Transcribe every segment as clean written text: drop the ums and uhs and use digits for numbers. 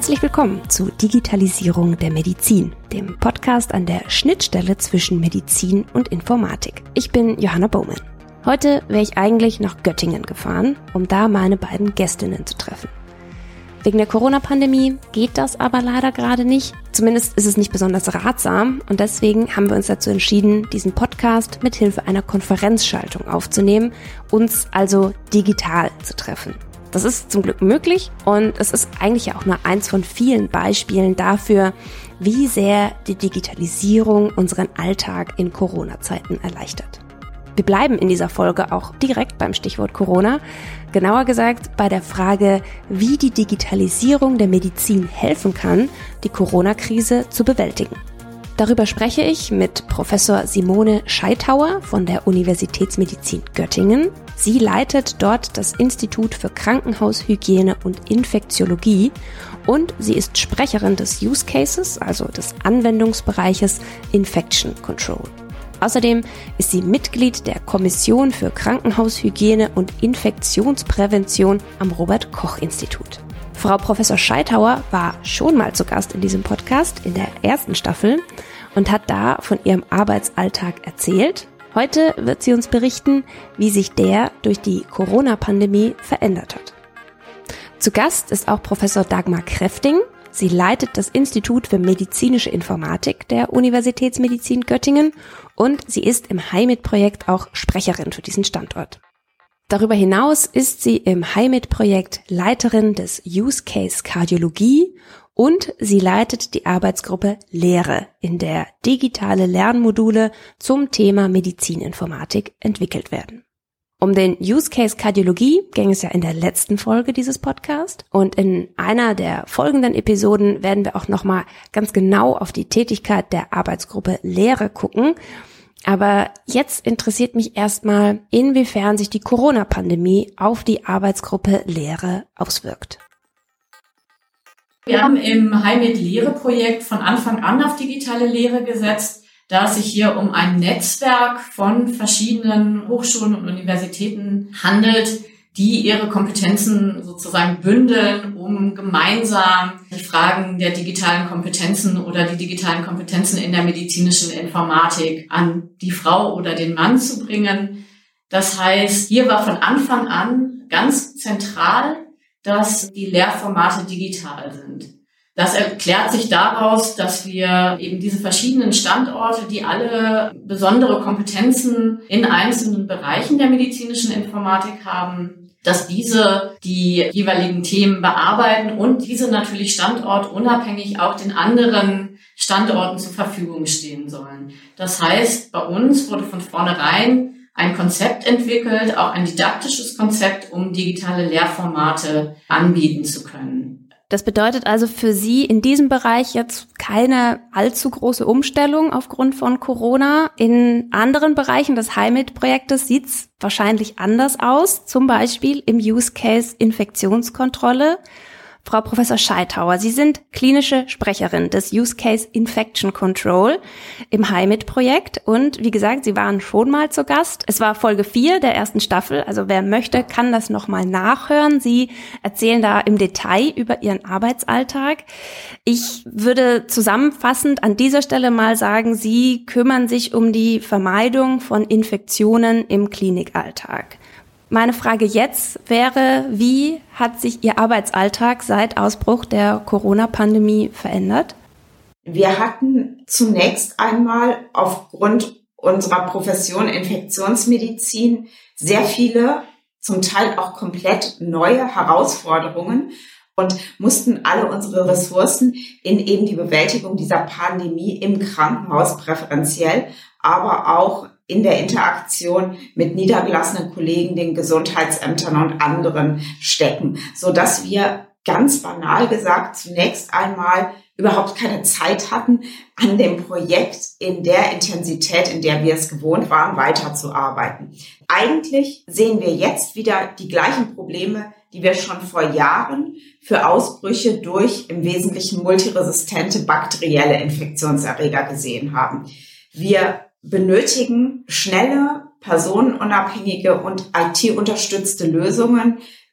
Herzlich willkommen zu Digitalisierung der Medizin, dem Podcast an der Schnittstelle zwischen Medizin und Informatik. Ich bin Johanna Baumann. Heute wäre ich eigentlich nach Göttingen gefahren, um da meine beiden Gästinnen zu treffen. Wegen der Corona-Pandemie geht das aber leider gerade nicht. Zumindest ist es nicht besonders ratsam und deswegen haben wir uns dazu entschieden, diesen Podcast mit Hilfe einer Konferenzschaltung aufzunehmen, uns also digital zu treffen. Das ist zum Glück möglich und es ist eigentlich ja auch nur eins von vielen Beispielen dafür, wie sehr die Digitalisierung unseren Alltag in Corona-Zeiten erleichtert. Wir bleiben in dieser Folge auch direkt beim Stichwort Corona, genauer gesagt bei der Frage, wie die Digitalisierung der Medizin helfen kann, die Corona-Krise zu bewältigen. Darüber spreche ich mit Professor Simone Scheithauer von der Universitätsmedizin Göttingen. Sie leitet dort das Institut für Krankenhaushygiene und Infektiologie und sie ist Sprecherin des Use Cases, also des Anwendungsbereiches Infection Control. Außerdem ist sie Mitglied der Kommission für Krankenhaushygiene und Infektionsprävention am Robert-Koch-Institut. Frau Professor Scheithauer war schon mal zu Gast in diesem Podcast in der ersten Staffel und hat da von ihrem Arbeitsalltag erzählt. Heute wird sie uns berichten, wie sich der durch die Corona-Pandemie verändert hat. Zu Gast ist auch Professor Dagmar Kräfting. Sie leitet das Institut für medizinische Informatik der Universitätsmedizin Göttingen und sie ist im HIMIT-Projekt auch Sprecherin für diesen Standort. Darüber hinaus ist sie im HIMIT-Projekt Leiterin des Use Case Kardiologie und sie leitet die Arbeitsgruppe Lehre, in der digitale Lernmodule zum Thema Medizininformatik entwickelt werden. Um den Use Case Kardiologie ging es ja in der letzten Folge dieses Podcasts und in einer der folgenden Episoden werden wir auch nochmal ganz genau auf die Tätigkeit der Arbeitsgruppe Lehre gucken. Aber jetzt interessiert mich erstmal, inwiefern sich die Corona-Pandemie auf die Arbeitsgruppe Lehre auswirkt. Wir haben im HIMIT-Lehre-Projekt von Anfang an auf digitale Lehre gesetzt, da es sich hier um ein Netzwerk von verschiedenen Hochschulen und Universitäten handelt, die ihre Kompetenzen sozusagen bündeln, um gemeinsam die Fragen der digitalen Kompetenzen oder die digitalen Kompetenzen in der medizinischen Informatik an die Frau oder den Mann zu bringen. Das heißt, hier war von Anfang an ganz zentral, dass die Lehrformate digital sind. Das erklärt sich daraus, dass wir eben diese verschiedenen Standorte, die alle besondere Kompetenzen in einzelnen Bereichen der medizinischen Informatik haben, dass diese die jeweiligen Themen bearbeiten und diese natürlich standortunabhängig auch den anderen Standorten zur Verfügung stehen sollen. Das heißt, bei uns wurde von vornherein ein Konzept entwickelt, auch ein didaktisches Konzept, um digitale Lehrformate anbieten zu können. Das bedeutet also für Sie in diesem Bereich jetzt keine allzu große Umstellung aufgrund von Corona. In anderen Bereichen des HIMIT-Projektes sieht es wahrscheinlich anders aus, zum Beispiel im Use Case Infektionskontrolle. Frau Professor Scheithauer, Sie sind klinische Sprecherin des Use Case Infection Control im HIMIT-Projekt und wie gesagt, Sie waren schon mal zu Gast. Es war Folge 4 der ersten Staffel, also wer möchte, kann das nochmal nachhören. Sie erzählen da im Detail über Ihren Arbeitsalltag. Ich würde zusammenfassend an dieser Stelle mal sagen, Sie kümmern sich um die Vermeidung von Infektionen im Klinikalltag. Meine Frage jetzt wäre, wie hat sich Ihr Arbeitsalltag seit Ausbruch der Corona-Pandemie verändert? Wir hatten zunächst einmal aufgrund unserer Profession Infektionsmedizin sehr viele, zum Teil auch komplett neue Herausforderungen und mussten alle unsere Ressourcen in eben die Bewältigung dieser Pandemie im Krankenhaus präferenziell, aber auch in der Interaktion mit niedergelassenen Kollegen, den Gesundheitsämtern und anderen stecken, so dass wir ganz banal gesagt zunächst einmal überhaupt keine Zeit hatten, an dem Projekt in der Intensität, in der wir es gewohnt waren, weiterzuarbeiten. Eigentlich sehen wir jetzt wieder die gleichen Probleme, die wir schon vor Jahren für Ausbrüche durch im Wesentlichen multiresistente bakterielle Infektionserreger gesehen haben. Wir benötigen schnelle, personenunabhängige und IT-unterstützte Lösungen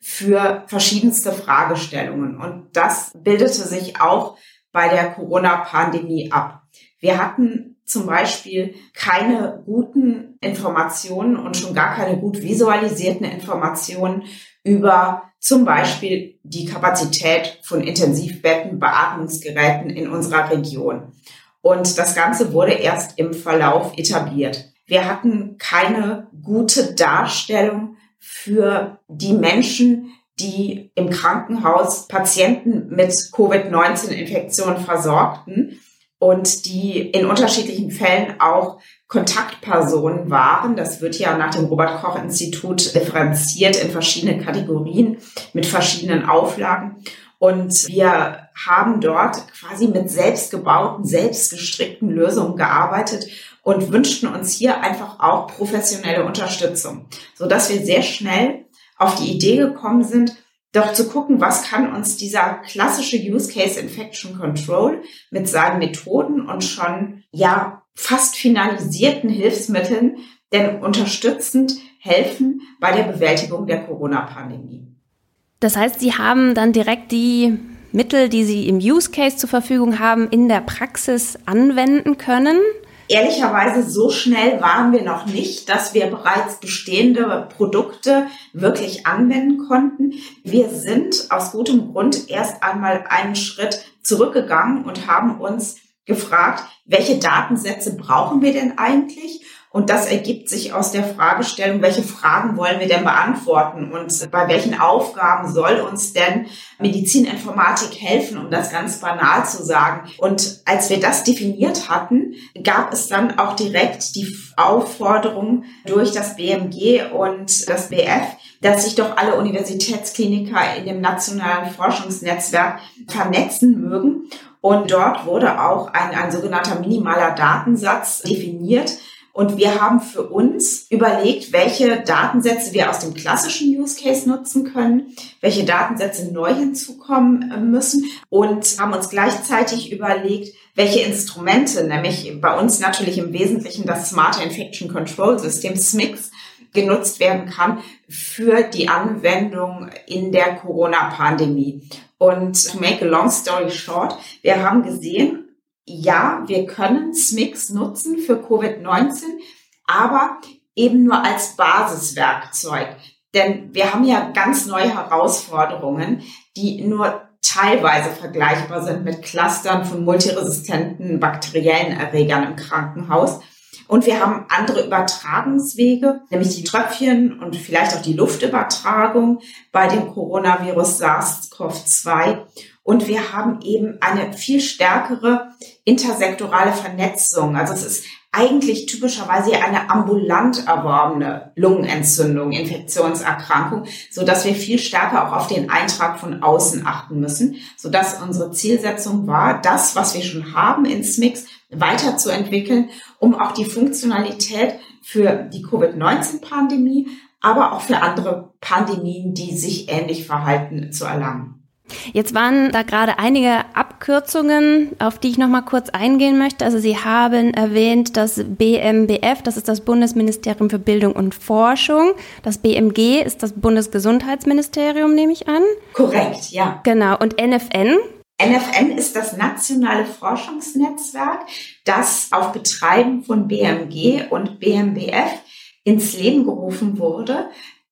für verschiedenste Fragestellungen. Und das bildete sich auch bei der Corona-Pandemie ab. Wir hatten zum Beispiel keine guten Informationen und schon gar keine gut visualisierten Informationen über zum Beispiel die Kapazität von Intensivbetten, Beatmungsgeräten in unserer Region. Und das Ganze wurde erst im Verlauf etabliert. Wir hatten keine gute Darstellung für die Menschen, die im Krankenhaus Patienten mit Covid-19-Infektion versorgten und die in unterschiedlichen Fällen auch Kontaktpersonen waren. Das wird ja nach dem Robert-Koch-Institut differenziert in verschiedene Kategorien mit verschiedenen Auflagen. Und wir haben dort quasi mit selbstgebauten, selbstgestrickten Lösungen gearbeitet und wünschten uns hier einfach auch professionelle Unterstützung, sodass wir sehr schnell auf die Idee gekommen sind, doch zu gucken, was kann uns dieser klassische Use Case Infection Control mit seinen Methoden und schon fast finalisierten Hilfsmitteln denn unterstützend helfen bei der Bewältigung der Corona-Pandemie. Das heißt, Sie haben dann direkt die Mittel, die Sie im Use Case zur Verfügung haben, in der Praxis anwenden können? Ehrlicherweise so schnell waren wir noch nicht, dass wir bereits bestehende Produkte wirklich anwenden konnten. Wir sind aus gutem Grund erst einmal einen Schritt zurückgegangen und haben uns gefragt, welche Datensätze brauchen wir denn eigentlich? Und das ergibt sich aus der Fragestellung, welche Fragen wollen wir denn beantworten und bei welchen Aufgaben soll uns denn Medizininformatik helfen, um das ganz banal zu sagen. Und als wir das definiert hatten, gab es dann auch direkt die Aufforderung durch das BMG und das BF, dass sich doch alle Universitätskliniker in dem nationalen Forschungsnetzwerk vernetzen mögen. Und dort wurde auch ein sogenannter minimaler Datensatz definiert. Und wir haben für uns überlegt, welche Datensätze wir aus dem klassischen Use Case nutzen können, welche Datensätze neu hinzukommen müssen und haben uns gleichzeitig überlegt, welche Instrumente, nämlich bei uns natürlich im Wesentlichen das Smart Infection Control System SMICS, genutzt werden kann für die Anwendung in der Corona-Pandemie. Und to make a long story short, wir haben gesehen, ja, wir können SMICS nutzen für Covid-19, aber eben nur als Basiswerkzeug. Denn wir haben ja ganz neue Herausforderungen, die nur teilweise vergleichbar sind mit Clustern von multiresistenten bakteriellen Erregern im Krankenhaus. Und wir haben andere Übertragungswege, nämlich die Tröpfchen und vielleicht auch die Luftübertragung bei dem Coronavirus SARS-CoV-2. Und wir haben eben eine viel stärkere intersektorale Vernetzung. Also es ist eigentlich typischerweise eine ambulant erworbene Lungenentzündung, Infektionserkrankung, sodass wir viel stärker auch auf den Eintrag von außen achten müssen, sodass unsere Zielsetzung war, das, was wir schon haben in SMICS, weiterzuentwickeln, um auch die Funktionalität für die Covid-19-Pandemie, aber auch für andere Pandemien, die sich ähnlich verhalten, zu erlangen. Jetzt waren da gerade einige Abkürzungen, auf die ich noch mal kurz eingehen möchte. Also Sie haben erwähnt, das BMBF, das ist das Bundesministerium für Bildung und Forschung. Das BMG ist das Bundesgesundheitsministerium, nehme ich an. Korrekt, ja. Genau. Und NFN? NFN ist das nationale Forschungsnetzwerk, das auf Betreiben von BMG und BMBF ins Leben gerufen wurde,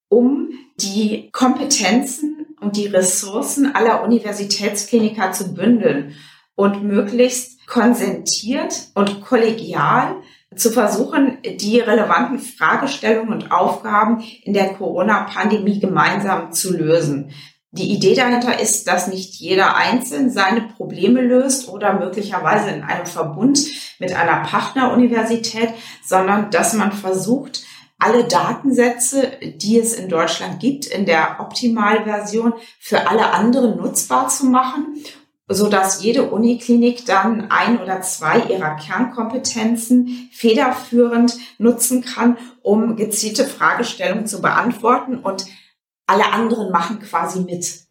um die Kompetenzen und die Ressourcen aller Universitätskliniker zu bündeln und möglichst konzentriert und kollegial zu versuchen, die relevanten Fragestellungen und Aufgaben in der Corona-Pandemie gemeinsam zu lösen. Die Idee dahinter ist, dass nicht jeder einzeln seine Probleme löst oder möglicherweise in einem Verbund mit einer Partneruniversität, sondern dass man versucht, alle Datensätze, die es in Deutschland gibt, in der Optimalversion für alle anderen nutzbar zu machen, sodass jede Uniklinik dann ein oder zwei ihrer Kernkompetenzen federführend nutzen kann, um gezielte Fragestellungen zu beantworten, und alle anderen machen quasi mit.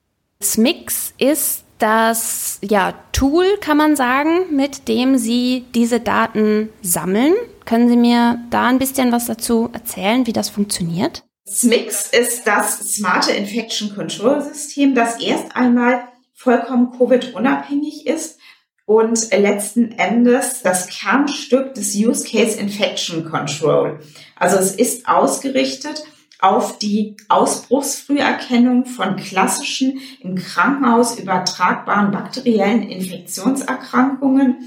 SMICS ist das Tool, kann man sagen, mit dem Sie diese Daten sammeln. Können Sie mir da ein bisschen was dazu erzählen, wie das funktioniert? SMICS ist das Smart Infection Control System, das erst einmal vollkommen Covid-unabhängig ist und letzten Endes das Kernstück des Use Case Infection Control. Also es ist ausgerichtet auf die Ausbruchsfrüherkennung von klassischen im Krankenhaus übertragbaren bakteriellen Infektionserkrankungen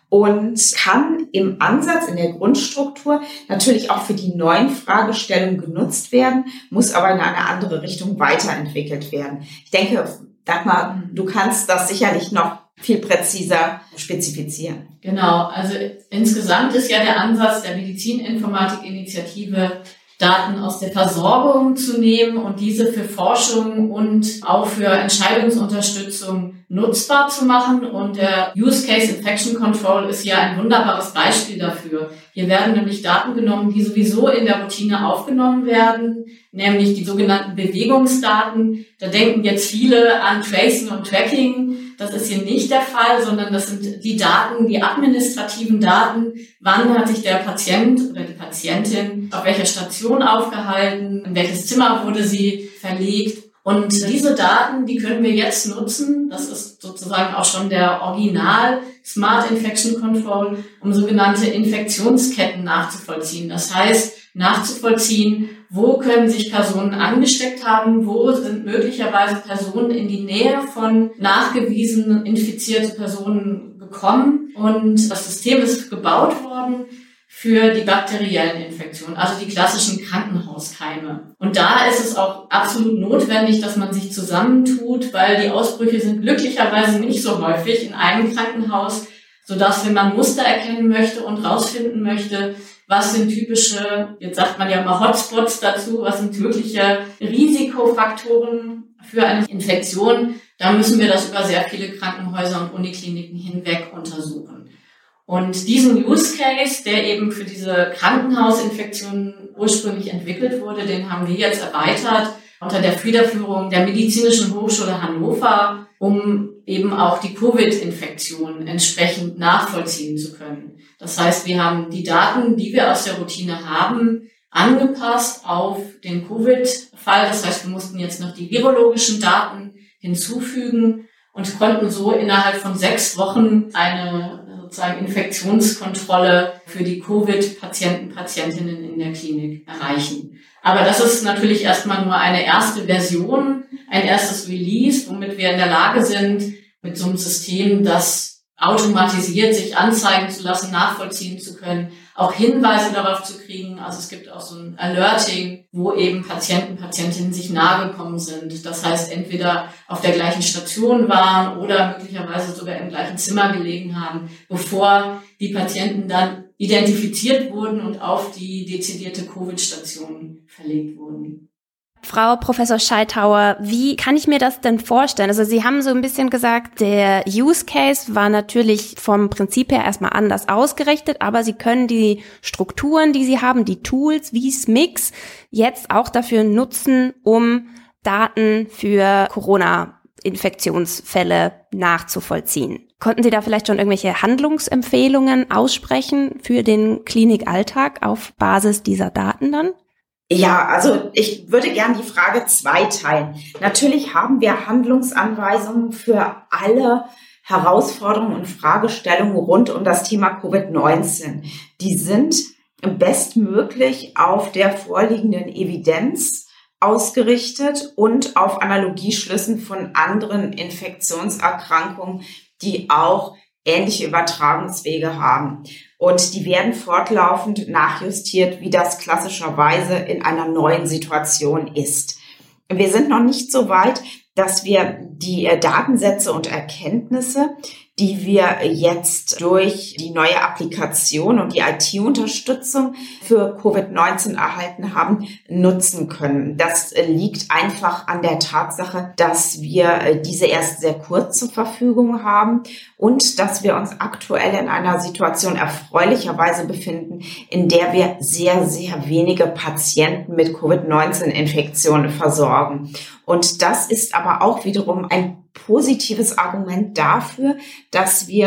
und kann im Ansatz, in der Grundstruktur natürlich auch für die neuen Fragestellungen genutzt werden, muss aber in eine andere Richtung weiterentwickelt werden. Ich denke, Dagmar, du kannst das sicherlich noch viel präziser spezifizieren. Genau, also insgesamt ist ja der Ansatz der Medizininformatik-Initiative, Daten aus der Versorgung zu nehmen und diese für Forschung und auch für Entscheidungsunterstützung nutzbar zu machen. Und der Use Case Infection Control ist ja ein wunderbares Beispiel dafür. Hier werden nämlich Daten genommen, die sowieso in der Routine aufgenommen werden, nämlich die sogenannten Bewegungsdaten. Da denken jetzt viele an Tracing und Tracking. Das ist hier nicht der Fall, sondern das sind die Daten, die administrativen Daten. Wann hat sich der Patient oder die Patientin auf welcher Station aufgehalten? In welches Zimmer wurde sie verlegt? Und diese Daten, die können wir jetzt nutzen. Das ist sozusagen auch schon der Original Smart Infection Control, um sogenannte Infektionsketten nachzuvollziehen. Das heißt, nachzuvollziehen, wo können sich Personen angesteckt haben, wo sind möglicherweise Personen in die Nähe von nachgewiesenen infizierten Personen gekommen. Und das System ist gebaut worden für die bakteriellen Infektionen, also die klassischen Krankenhauskeime. Und da ist es auch absolut notwendig, dass man sich zusammentut, weil die Ausbrüche sind glücklicherweise nicht so häufig in einem Krankenhaus, sodass, wenn man Muster erkennen möchte und rausfinden möchte, was sind typische, jetzt sagt man ja mal Hotspots dazu, was sind wirkliche Risikofaktoren für eine Infektion, da müssen wir das über sehr viele Krankenhäuser und Unikliniken hinweg untersuchen. Und diesen Use Case, der eben für diese Krankenhausinfektionen ursprünglich entwickelt wurde, den haben wir jetzt erweitert unter der Federführung der Medizinischen Hochschule Hannover, um eben auch die Covid-Infektion entsprechend nachvollziehen zu können. Das heißt, wir haben die Daten, die wir aus der Routine haben, angepasst auf den Covid-Fall. Das heißt, wir mussten jetzt noch die virologischen Daten hinzufügen und konnten so innerhalb von 6 Wochen eine sozusagen Infektionskontrolle für die Covid-Patienten, Patientinnen in der Klinik erreichen. Aber das ist natürlich erstmal nur eine erste Version, ein erstes Release, womit wir in der Lage sind, mit so einem System, das automatisiert sich anzeigen zu lassen, nachvollziehen zu können, auch Hinweise darauf zu kriegen. Also es gibt auch so ein Alerting, wo eben Patienten, Patientinnen sich nahegekommen sind. Das heißt, entweder auf der gleichen Station waren oder möglicherweise sogar im gleichen Zimmer gelegen haben, bevor die Patienten dann identifiziert wurden und auf die dezidierte Covid-Station verlegt wurden. Frau Professor Scheithauer, wie kann ich mir das denn vorstellen? Also Sie haben so ein bisschen gesagt, der Use Case war natürlich vom Prinzip her erstmal anders ausgerichtet, aber Sie können die Strukturen, die Sie haben, die Tools wie SMICS, jetzt auch dafür nutzen, um Daten für Corona-Infektionsfälle nachzuvollziehen. Konnten Sie da vielleicht schon irgendwelche Handlungsempfehlungen aussprechen für den Klinikalltag auf Basis dieser Daten dann? Ja, also ich würde gern die Frage zweiteilen. Natürlich haben wir Handlungsanweisungen für alle Herausforderungen und Fragestellungen rund um das Thema Covid-19. Die sind bestmöglich auf der vorliegenden Evidenz ausgerichtet und auf Analogieschlüssen von anderen Infektionserkrankungen, die auch ähnliche Übertragungswege haben. Und die werden fortlaufend nachjustiert, wie das klassischerweise in einer neuen Situation ist. Wir sind noch nicht so weit, dass wir die Datensätze und Erkenntnisse, die wir jetzt durch die neue Applikation und die IT-Unterstützung für Covid-19 erhalten haben, nutzen können. Das liegt einfach an der Tatsache, dass wir diese erst sehr kurz zur Verfügung haben und dass wir uns aktuell in einer Situation erfreulicherweise befinden, in der wir sehr, sehr wenige Patienten mit Covid-19-Infektionen versorgen. Und das ist aber auch wiederum ein positives Argument dafür, dass wir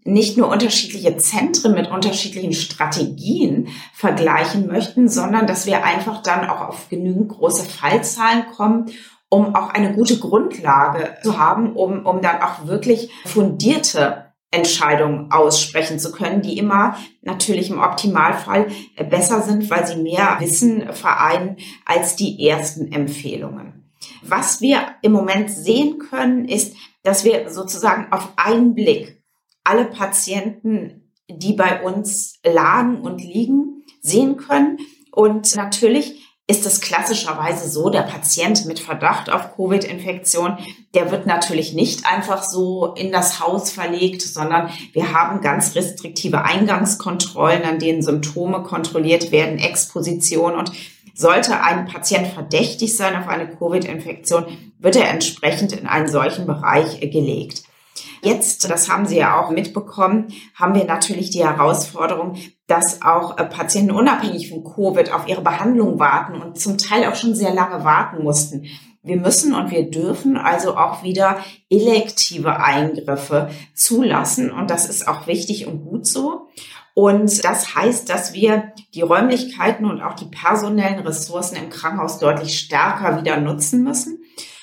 nicht nur unterschiedliche Zentren mit unterschiedlichen Strategien vergleichen möchten, sondern dass wir einfach dann auch auf genügend große Fallzahlen kommen, um auch eine gute Grundlage zu haben, um dann auch wirklich fundierte Entscheidungen aussprechen zu können, die immer natürlich im Optimalfall besser sind, weil sie mehr Wissen vereinen als die ersten Empfehlungen. Was wir im Moment sehen können, ist, dass wir sozusagen auf einen Blick alle Patienten, die bei uns lagen und liegen, sehen können. Und natürlich ist es klassischerweise so, der Patient mit Verdacht auf Covid-Infektion, der wird natürlich nicht einfach so in das Haus verlegt, sondern wir haben ganz restriktive Eingangskontrollen, an denen Symptome kontrolliert werden, Exposition. Und sollte ein Patient verdächtig sein auf eine Covid-Infektion, wird er entsprechend in einen solchen Bereich gelegt. Jetzt, das haben Sie ja auch mitbekommen, haben wir natürlich die Herausforderung, dass auch Patienten unabhängig von Covid auf ihre Behandlung warten und zum Teil auch schon sehr lange warten mussten. Wir müssen und wir dürfen also auch wieder elektive Eingriffe zulassen und das ist auch wichtig und gut so. Und das heißt, dass wir die Räumlichkeiten und auch die personellen Ressourcen im Krankenhaus deutlich stärker wieder nutzen müssen.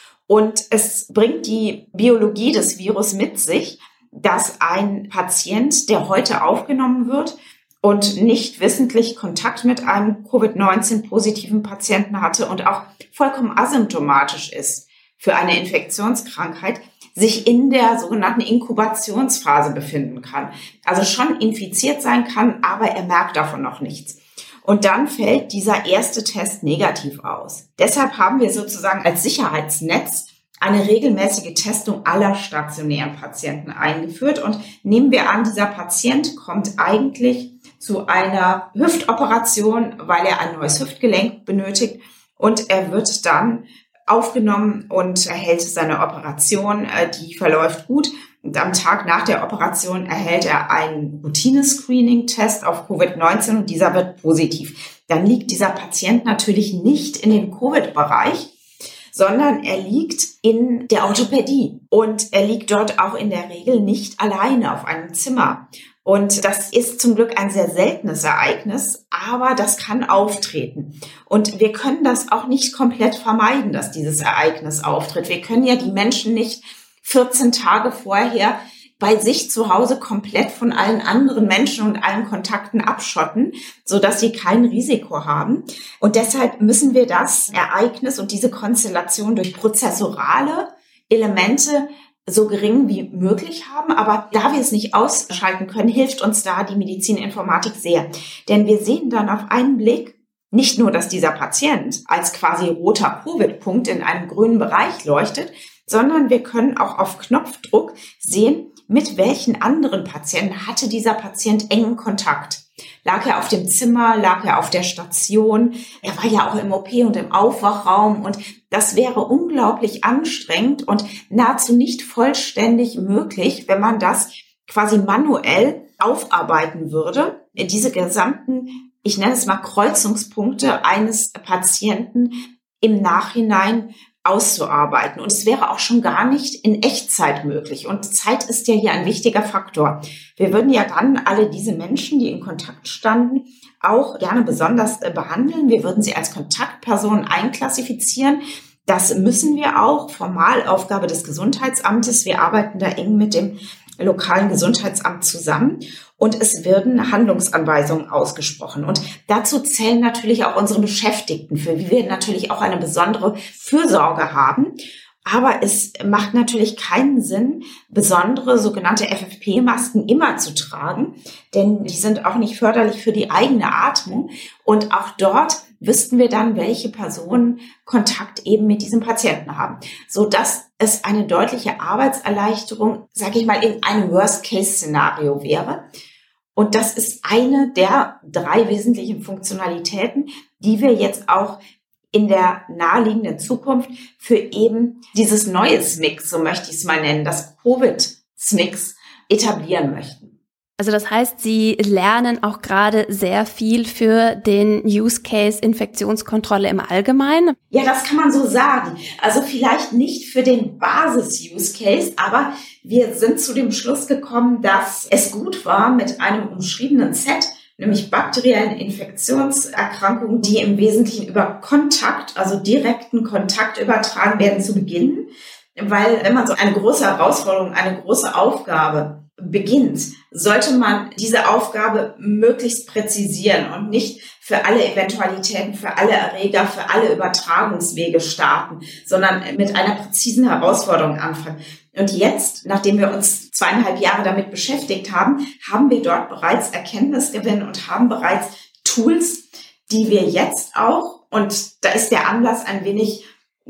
Und es bringt die Biologie des Virus mit sich, dass ein Patient, der heute aufgenommen wird und nicht wissentlich Kontakt mit einem Covid-19-positiven Patienten hatte und auch vollkommen asymptomatisch ist für eine Infektionskrankheit, sich in der sogenannten Inkubationsphase befinden kann. Also schon infiziert sein kann, aber er merkt davon noch nichts. Und dann fällt dieser erste Test negativ aus. Deshalb haben wir sozusagen als Sicherheitsnetz eine regelmäßige Testung aller stationären Patienten eingeführt. Und nehmen wir an, dieser Patient kommt eigentlich zu einer Hüftoperation, weil er ein neues Hüftgelenk benötigt. Und er wird dann aufgenommen und erhält seine Operation, die verläuft gut. Und am Tag nach der Operation erhält er einen Routine-Screening-Test auf Covid-19 und dieser wird positiv. Dann liegt dieser Patient natürlich nicht in dem Covid-Bereich, sondern er liegt in der Orthopädie und er liegt dort auch in der Regel nicht alleine auf einem Zimmer. Und das ist zum Glück ein sehr seltenes Ereignis, aber das kann auftreten. Und wir können das auch nicht komplett vermeiden, dass dieses Ereignis auftritt. Wir können ja die Menschen nicht 14 Tage vorher bei sich zu Hause komplett von allen anderen Menschen und allen Kontakten abschotten, sodass sie kein Risiko haben. Und deshalb müssen wir das Ereignis und diese Konstellation durch prozessorale Elemente so gering wie möglich haben. Aber da wir es nicht ausschalten können, hilft uns da die Medizininformatik sehr. Denn wir sehen dann auf einen Blick nicht nur, dass dieser Patient als quasi roter Covid-Punkt in einem grünen Bereich leuchtet, sondern wir können auch auf Knopfdruck sehen, mit welchen anderen Patienten hatte dieser Patient engen Kontakt. Lag er auf dem Zimmer, lag er auf der Station, er war ja auch im OP und im Aufwachraum und das wäre unglaublich anstrengend und nahezu nicht vollständig möglich, wenn man das quasi manuell aufarbeiten würde. Diese gesamten, ich nenne es mal Kreuzungspunkte eines Patienten im Nachhinein auszuarbeiten. Und es wäre auch schon gar nicht in Echtzeit möglich. Und Zeit ist ja hier ein wichtiger Faktor. Wir würden ja dann alle diese Menschen, die in Kontakt standen, auch gerne besonders behandeln. Wir würden sie als Kontaktpersonen einklassifizieren. Das müssen wir auch, Formalaufgabe des Gesundheitsamtes. Wir arbeiten da eng mit dem lokalen Gesundheitsamt zusammen und es werden Handlungsanweisungen ausgesprochen. Und dazu zählen natürlich auch unsere Beschäftigten, für die wir natürlich auch eine besondere Fürsorge haben. Aber es macht natürlich keinen Sinn, besondere sogenannte FFP-Masken immer zu tragen, denn die sind auch nicht förderlich für die eigene Atmung. Und auch dort wüssten wir dann, welche Personen Kontakt eben mit diesem Patienten haben, sodass es eine deutliche Arbeitserleichterung, sage ich mal, in einem Worst-Case-Szenario wäre. Und das ist eine der 3 wesentlichen Funktionalitäten, die wir jetzt auch in der naheliegenden Zukunft für eben dieses neue SMICS, so möchte ich es mal nennen, das Covid-SMICS etablieren möchten. Also das heißt, Sie lernen auch gerade sehr viel für den Use Case Infektionskontrolle im Allgemeinen? Ja, das kann man so sagen. Also vielleicht nicht für den Basis-Use Case, aber wir sind zu dem Schluss gekommen, dass es gut war, mit einem umschriebenen Set, nämlich bakteriellen Infektionserkrankungen, die im Wesentlichen über Kontakt, also direkten Kontakt übertragen werden, zu beginnen. Weil wenn man so eine große Herausforderung, eine große Aufgabe beginnt, sollte man diese Aufgabe möglichst präzisieren und nicht für alle Eventualitäten, für alle Erreger, für alle Übertragungswege starten, sondern mit einer präzisen Herausforderung anfangen. Und jetzt, nachdem wir uns 2,5 Jahre damit beschäftigt haben, haben wir dort bereits Erkenntnisgewinn und haben bereits Tools, die wir jetzt auch, und da ist der Anlass ein wenig,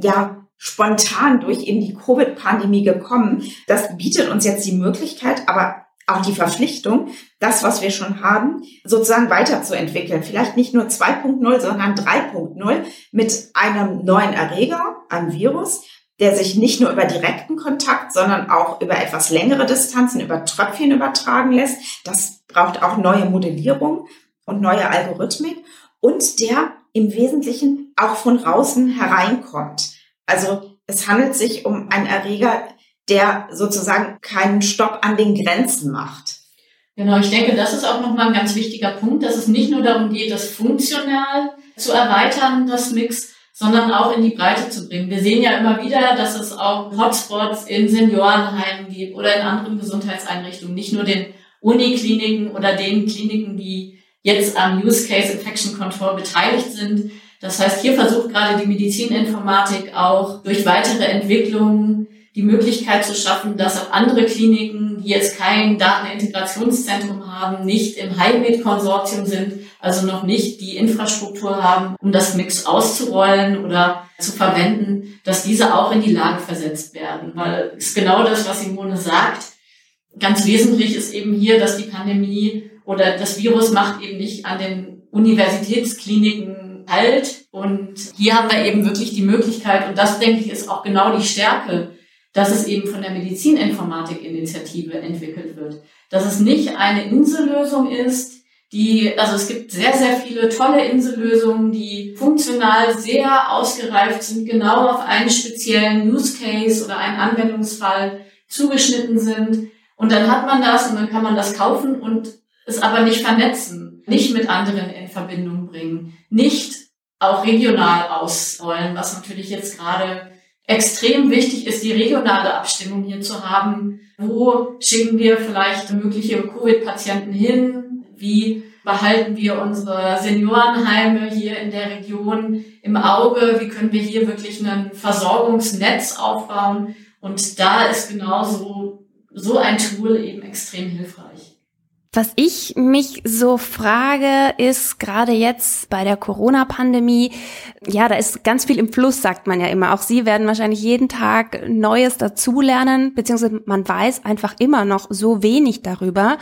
spontan durch eben die Covid-Pandemie gekommen. Das bietet uns jetzt die Möglichkeit, aber auch die Verpflichtung, das, was wir schon haben, sozusagen weiterzuentwickeln. Vielleicht nicht nur 2.0, sondern 3.0 mit einem neuen Erreger, einem Virus, der sich nicht nur über direkten Kontakt, sondern auch über etwas längere Distanzen, über Tröpfchen übertragen lässt. Das braucht auch neue Modellierung und neue Algorithmik und der im Wesentlichen auch von außen hereinkommt. Also es handelt sich um einen Erreger, der sozusagen keinen Stopp an den Grenzen macht. Genau, ich denke, das ist auch nochmal ein ganz wichtiger Punkt, dass es nicht nur darum geht, das funktional zu erweitern, das Mix, sondern auch in die Breite zu bringen. Wir sehen ja immer wieder, dass es auch Hotspots in Seniorenheimen gibt oder in anderen Gesundheitseinrichtungen, nicht nur den Unikliniken oder den Kliniken, die jetzt am Use Case Infection Control beteiligt sind. Das heißt, hier versucht gerade die Medizininformatik auch durch weitere Entwicklungen die Möglichkeit zu schaffen, dass auch andere Kliniken, die jetzt kein Datenintegrationszentrum haben, nicht im HIMED-Konsortium sind, also noch nicht die Infrastruktur haben, um das Mix auszurollen oder zu verwenden, dass diese auch in die Lage versetzt werden. Weil es ist genau das, was Simone sagt. Ganz wesentlich ist eben hier, dass die Pandemie oder das Virus macht eben nicht an den Universitätskliniken Halt. Und hier haben wir eben wirklich die Möglichkeit, und das, denke ich, ist auch genau die Stärke, dass es eben von der Medizininformatik-Initiative entwickelt wird. Dass es nicht eine Insellösung ist, also es gibt sehr, sehr viele tolle Insellösungen, die funktional sehr ausgereift sind, genau auf einen speziellen Use Case oder einen Anwendungsfall zugeschnitten sind. Und dann hat man das und dann kann man das kaufen und es aber nicht vernetzen, nicht mit anderen in Verbindung bringen, nicht auch regional ausrollen, was natürlich jetzt gerade extrem wichtig ist, die regionale Abstimmung hier zu haben. Wo schicken wir vielleicht mögliche Covid-Patienten hin? Wie behalten wir unsere Seniorenheime hier in der Region im Auge? Wie können wir hier wirklich ein Versorgungsnetz aufbauen? Und da ist genauso so ein Tool eben extrem hilfreich. Was ich mich so frage, ist gerade jetzt bei der Corona-Pandemie, da ist ganz viel im Fluss, sagt man ja immer. Auch Sie werden wahrscheinlich jeden Tag Neues dazulernen, beziehungsweise man weiß einfach immer noch so wenig darüber.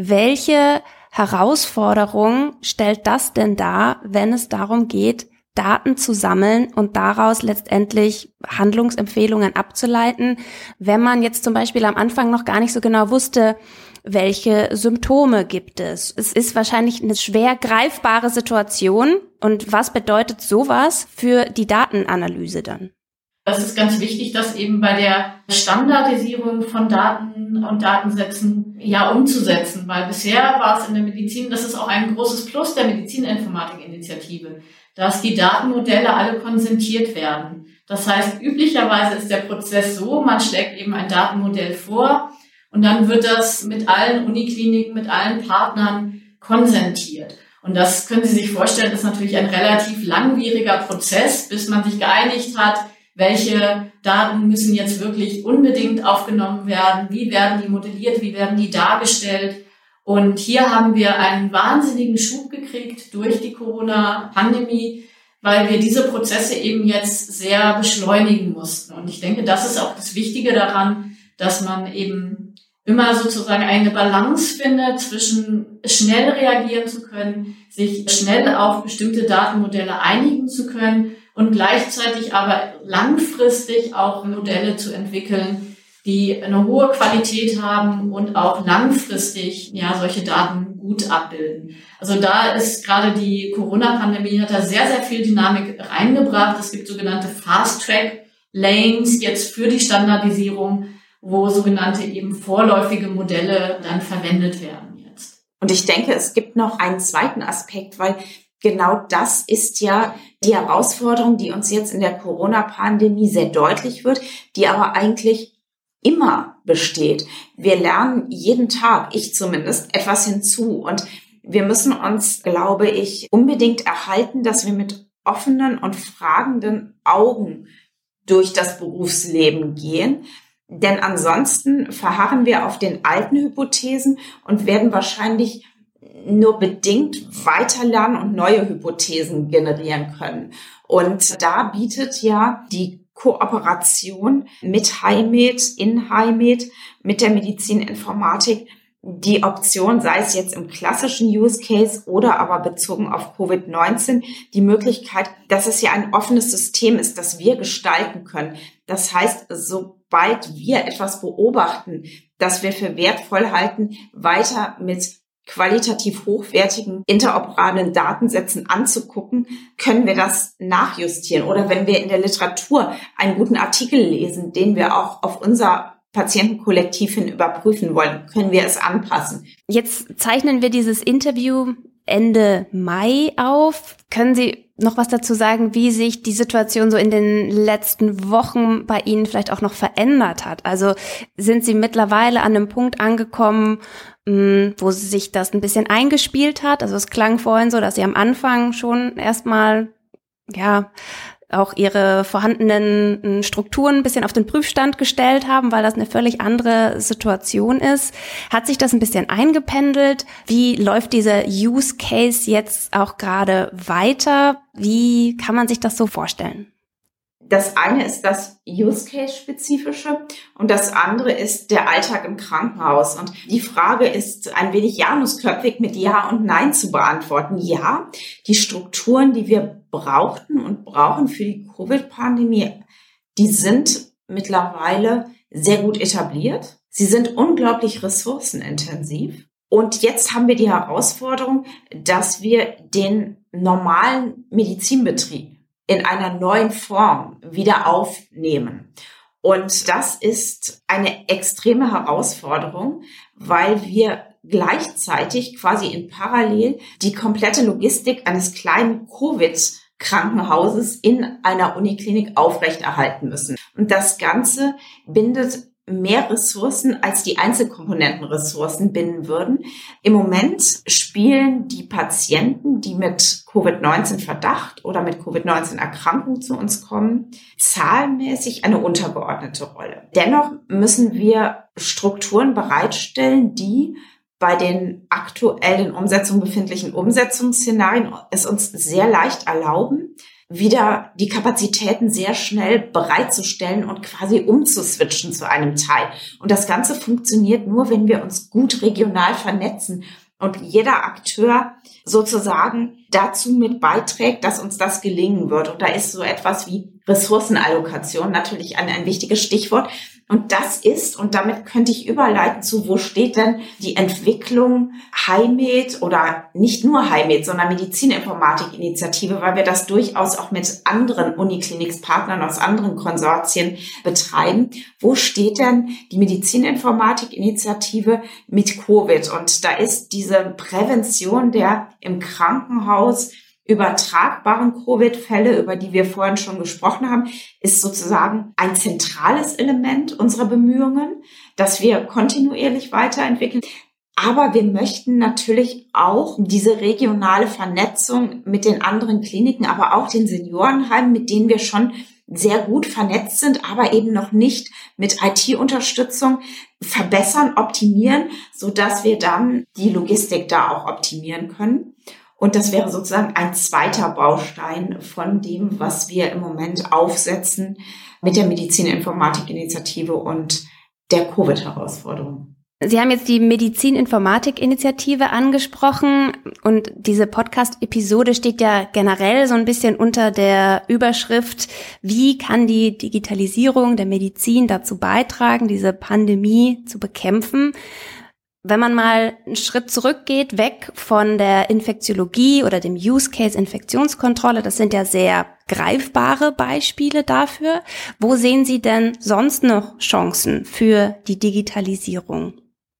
Welche Herausforderung stellt das denn dar, wenn es darum geht, Daten zu sammeln und daraus letztendlich Handlungsempfehlungen abzuleiten, wenn man jetzt zum Beispiel am Anfang noch gar nicht so genau wusste, welche Symptome gibt es? Es ist wahrscheinlich eine schwer greifbare Situation. Und was bedeutet sowas für die Datenanalyse dann? Das ist ganz wichtig, das eben bei der Standardisierung von Daten und Datensätzen umzusetzen, weil bisher war es in der Medizin, das ist auch ein großes Plus der Medizininformatik-Initiative, dass die Datenmodelle alle konsentiert werden. Das heißt, üblicherweise ist der Prozess so, man schlägt eben ein Datenmodell vor und dann wird das mit allen Unikliniken, mit allen Partnern konsentiert. Und das können Sie sich vorstellen, ist natürlich ein relativ langwieriger Prozess, bis man sich geeinigt hat, welche Daten müssen jetzt wirklich unbedingt aufgenommen werden, wie werden die modelliert, wie werden die dargestellt. Und hier haben wir einen wahnsinnigen Schub gekriegt durch die Corona-Pandemie, weil wir diese Prozesse eben jetzt sehr beschleunigen mussten. Und ich denke, das ist auch das Wichtige daran, dass man eben immer sozusagen eine Balance findet zwischen schnell reagieren zu können, sich schnell auf bestimmte Datenmodelle einigen zu können und gleichzeitig aber langfristig auch Modelle zu entwickeln, die eine hohe Qualität haben und auch langfristig solche Daten gut abbilden. Also da ist gerade die Corona-Pandemie hat da sehr, sehr viel Dynamik reingebracht. Es gibt sogenannte Fast-Track-Lanes jetzt für die Standardisierung, wo sogenannte eben vorläufige Modelle dann verwendet werden jetzt. Und ich denke, es gibt noch einen zweiten Aspekt, weil genau das ist ja die Herausforderung, die uns jetzt in der Corona-Pandemie sehr deutlich wird, die aber eigentlich immer besteht. Wir lernen jeden Tag, ich zumindest, etwas hinzu. Und wir müssen uns, glaube ich, unbedingt erhalten, dass wir mit offenen und fragenden Augen durch das Berufsleben gehen. Denn ansonsten verharren wir auf den alten Hypothesen und werden wahrscheinlich nur bedingt weiterlernen und neue Hypothesen generieren können. Und da bietet ja die Kooperation mit HiMed, in HiMed, mit der Medizininformatik die Option, sei es jetzt im klassischen Use Case oder aber bezogen auf Covid-19, die Möglichkeit, dass es ja ein offenes System ist, das wir gestalten können. Das heißt, sobald wir etwas beobachten, das wir für wertvoll halten, weiter mit qualitativ hochwertigen, interoperablen Datensätzen anzugucken, können wir das nachjustieren. Oder wenn wir in der Literatur einen guten Artikel lesen, den wir auch auf unser Patientenkollektiv hin überprüfen wollen, können wir es anpassen. Jetzt zeichnen wir dieses Interview Ende Mai auf. Können Sie noch was dazu sagen, wie sich die Situation so in den letzten Wochen bei Ihnen vielleicht auch noch verändert hat? Also sind Sie mittlerweile an einem Punkt angekommen, wo sich das ein bisschen eingespielt hat? Also es klang vorhin so, dass Sie am Anfang schon erstmal, auch Ihre vorhandenen Strukturen ein bisschen auf den Prüfstand gestellt haben, weil das eine völlig andere Situation ist. Hat sich das ein bisschen eingependelt? Wie läuft dieser Use Case jetzt auch gerade weiter? Wie kann man sich das so vorstellen? Das eine ist das Use-Case-spezifische und das andere ist der Alltag im Krankenhaus. Und die Frage ist ein wenig janusköpfig mit Ja und Nein zu beantworten. Ja, die Strukturen, die wir brauchten und brauchen für die Covid-Pandemie, die sind mittlerweile sehr gut etabliert. Sie sind unglaublich ressourcenintensiv. Und jetzt haben wir die Herausforderung, dass wir den normalen Medizinbetrieb in einer neuen Form wieder aufnehmen. Und das ist eine extreme Herausforderung, weil wir gleichzeitig quasi in Parallel die komplette Logistik eines kleinen Covid-Krankenhauses in einer Uniklinik aufrechterhalten müssen. Und das Ganze bindet mehr Ressourcen, als die Einzelkomponentenressourcen binden würden. Im Moment spielen die Patienten, die mit Covid-19-Verdacht oder mit Covid-19-Erkrankung zu uns kommen, zahlenmäßig eine untergeordnete Rolle. Dennoch müssen wir Strukturen bereitstellen, die bei den aktuell in Umsetzung befindlichen Umsetzungsszenarien es uns sehr leicht erlauben, wieder die Kapazitäten sehr schnell bereitzustellen und quasi umzuswitchen zu einem Teil. Und das Ganze funktioniert nur, wenn wir uns gut regional vernetzen und jeder Akteur sozusagen dazu mit beiträgt, dass uns das gelingen wird. Und da ist so etwas wie Ressourcenallokation natürlich ein wichtiges Stichwort. Und das ist, und damit könnte ich überleiten zu, wo steht denn die Entwicklung HiMed oder nicht nur HiMed, sondern Medizininformatik-Initiative, weil wir das durchaus auch mit anderen Uniklinikspartnern aus anderen Konsortien betreiben. Wo steht denn die Medizininformatik-Initiative mit Covid? Und da ist diese Prävention der im Krankenhaus übertragbaren Covid-Fälle, über die wir vorhin schon gesprochen haben, ist sozusagen ein zentrales Element unserer Bemühungen, das wir kontinuierlich weiterentwickeln. Aber wir möchten natürlich auch diese regionale Vernetzung mit den anderen Kliniken, aber auch den Seniorenheimen, mit denen wir schon sehr gut vernetzt sind, aber eben noch nicht mit IT-Unterstützung verbessern, optimieren, sodass wir dann die Logistik da auch optimieren können. Und das wäre sozusagen ein zweiter Baustein von dem, was wir im Moment aufsetzen mit der Medizininformatik-Initiative und der Covid-Herausforderung. Sie haben jetzt die Medizin-Informatik-Initiative angesprochen und diese Podcast-Episode steht ja generell so ein bisschen unter der Überschrift, wie kann die Digitalisierung der Medizin dazu beitragen, diese Pandemie zu bekämpfen? Wenn man mal einen Schritt zurückgeht, weg von der Infektiologie oder dem Use Case Infektionskontrolle, das sind ja sehr greifbare Beispiele dafür. Wo sehen Sie denn sonst noch Chancen für die Digitalisierung?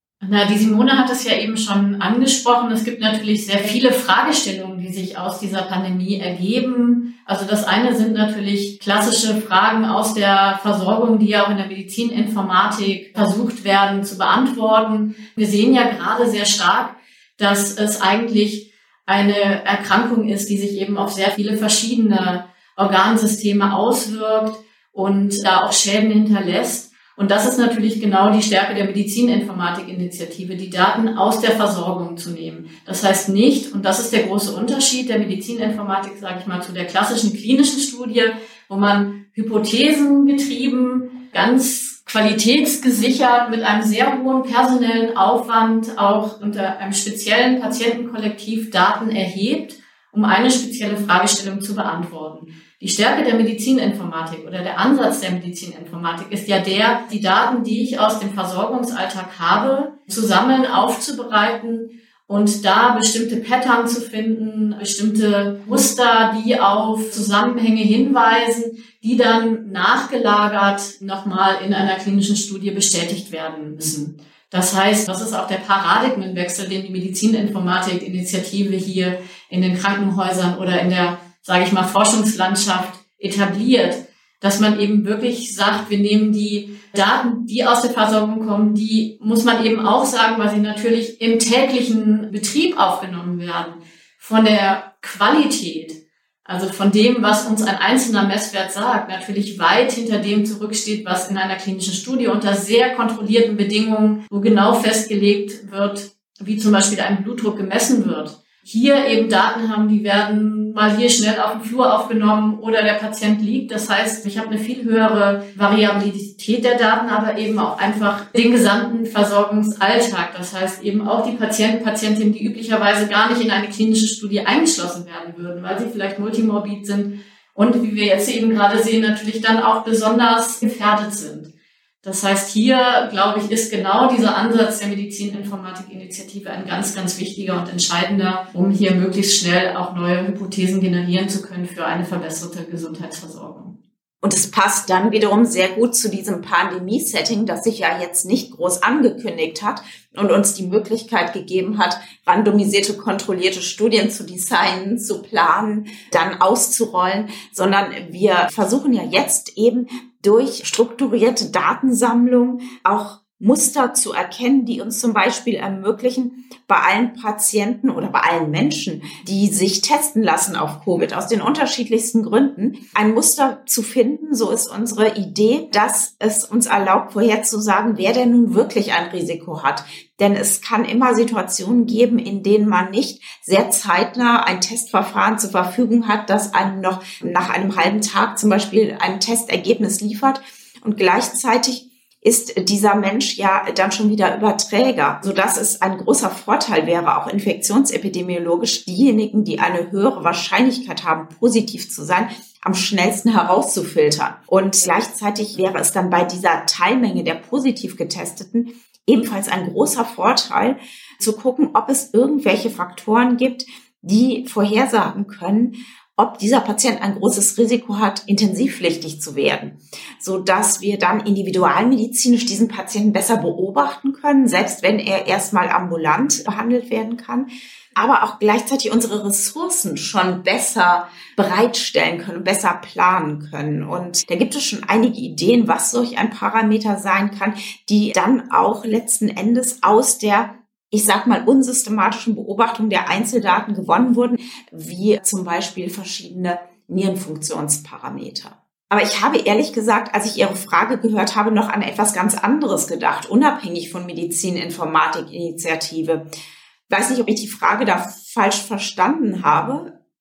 Die Simone hat es ja eben schon angesprochen. Es gibt natürlich sehr viele Fragestellungen, die sich aus dieser Pandemie ergeben. Also das eine sind natürlich klassische Fragen aus der Versorgung, die ja auch in der Medizininformatik versucht werden zu beantworten. Wir sehen ja gerade sehr stark, dass es eigentlich eine Erkrankung ist, die sich eben auf sehr viele verschiedene Organsysteme auswirkt und da auch Schäden hinterlässt. Und das ist natürlich genau die Stärke der Medizininformatik-Initiative, die Daten aus der Versorgung zu nehmen. Das heißt nicht, und das ist der große Unterschied der Medizininformatik, sage ich mal, zu der klassischen klinischen Studie, wo man hypothesengetrieben, ganz qualitätsgesichert, mit einem sehr hohen personellen Aufwand, auch unter einem speziellen Patientenkollektiv Daten erhebt, um eine spezielle Fragestellung zu beantworten. Die Stärke der Medizininformatik oder der Ansatz der Medizininformatik ist ja die Daten, die ich aus dem Versorgungsalltag habe, zu sammeln, aufzubereiten und da bestimmte Pattern zu finden, bestimmte Muster, die auf Zusammenhänge hinweisen, die dann nachgelagert nochmal in einer klinischen Studie bestätigt werden müssen. Das heißt, das ist auch der Paradigmenwechsel, den die Medizininformatik-Initiative hier in den Krankenhäusern oder in der, sage ich mal, Forschungslandschaft etabliert, dass man eben wirklich sagt, wir nehmen die Daten, die aus der Versorgung kommen, die muss man eben auch sagen, weil sie natürlich im täglichen Betrieb aufgenommen werden, von der Qualität, also von dem, was uns ein einzelner Messwert sagt, natürlich weit hinter dem zurücksteht, was in einer klinischen Studie unter sehr kontrollierten Bedingungen, wo genau festgelegt wird, wie zum Beispiel ein Blutdruck gemessen wird. Hier eben Daten haben, die werden mal hier schnell auf dem Flur aufgenommen oder der Patient liegt. Das heißt, ich habe eine viel höhere Variabilität der Daten, aber eben auch einfach den gesamten Versorgungsalltag. Das heißt eben auch die Patienten, Patientinnen, die üblicherweise gar nicht in eine klinische Studie eingeschlossen werden würden, weil sie vielleicht multimorbid sind und, wie wir jetzt eben gerade sehen, natürlich dann auch besonders gefährdet sind. Das heißt, hier, glaube ich, ist genau dieser Ansatz der Medizininformatik-Initiative ein ganz, ganz wichtiger und entscheidender, um hier möglichst schnell auch neue Hypothesen generieren zu können für eine verbesserte Gesundheitsversorgung. Und es passt dann wiederum sehr gut zu diesem Pandemie-Setting, das sich ja jetzt nicht groß angekündigt hat und uns die Möglichkeit gegeben hat, randomisierte, kontrollierte Studien zu designen, zu planen, dann auszurollen, sondern wir versuchen ja jetzt eben durch strukturierte Datensammlung auch Muster zu erkennen, die uns zum Beispiel ermöglichen, bei allen Patienten oder bei allen Menschen, die sich testen lassen auf Covid, aus den unterschiedlichsten Gründen, ein Muster zu finden. So ist unsere Idee, dass es uns erlaubt, vorherzusagen, wer denn nun wirklich ein Risiko hat. Denn es kann immer Situationen geben, in denen man nicht sehr zeitnah ein Testverfahren zur Verfügung hat, das einem noch nach einem halben Tag zum Beispiel ein Testergebnis liefert und gleichzeitig ist dieser Mensch ja dann schon wieder Überträger, sodass es ein großer Vorteil wäre, auch infektionsepidemiologisch diejenigen, die eine höhere Wahrscheinlichkeit haben, positiv zu sein, am schnellsten herauszufiltern. Und gleichzeitig wäre es dann bei dieser Teilmenge der positiv Getesteten ebenfalls ein großer Vorteil, zu gucken, ob es irgendwelche Faktoren gibt, die vorhersagen können, ob dieser Patient ein großes Risiko hat, intensivpflichtig zu werden, so dass wir dann individualmedizinisch diesen Patienten besser beobachten können, selbst wenn er erstmal ambulant behandelt werden kann, aber auch gleichzeitig unsere Ressourcen schon besser bereitstellen können, besser planen können. Und da gibt es schon einige Ideen, was solch ein Parameter sein kann, die dann auch letzten Endes aus der, ich sag mal, unsystematischen Beobachtung der Einzeldaten gewonnen wurden, wie zum Beispiel verschiedene Nierenfunktionsparameter. Aber ich habe ehrlich gesagt, als ich Ihre Frage gehört habe, noch an etwas ganz anderes gedacht, unabhängig von Medizininformatik-Initiative. Ich weiß nicht, ob ich die Frage da falsch verstanden habe.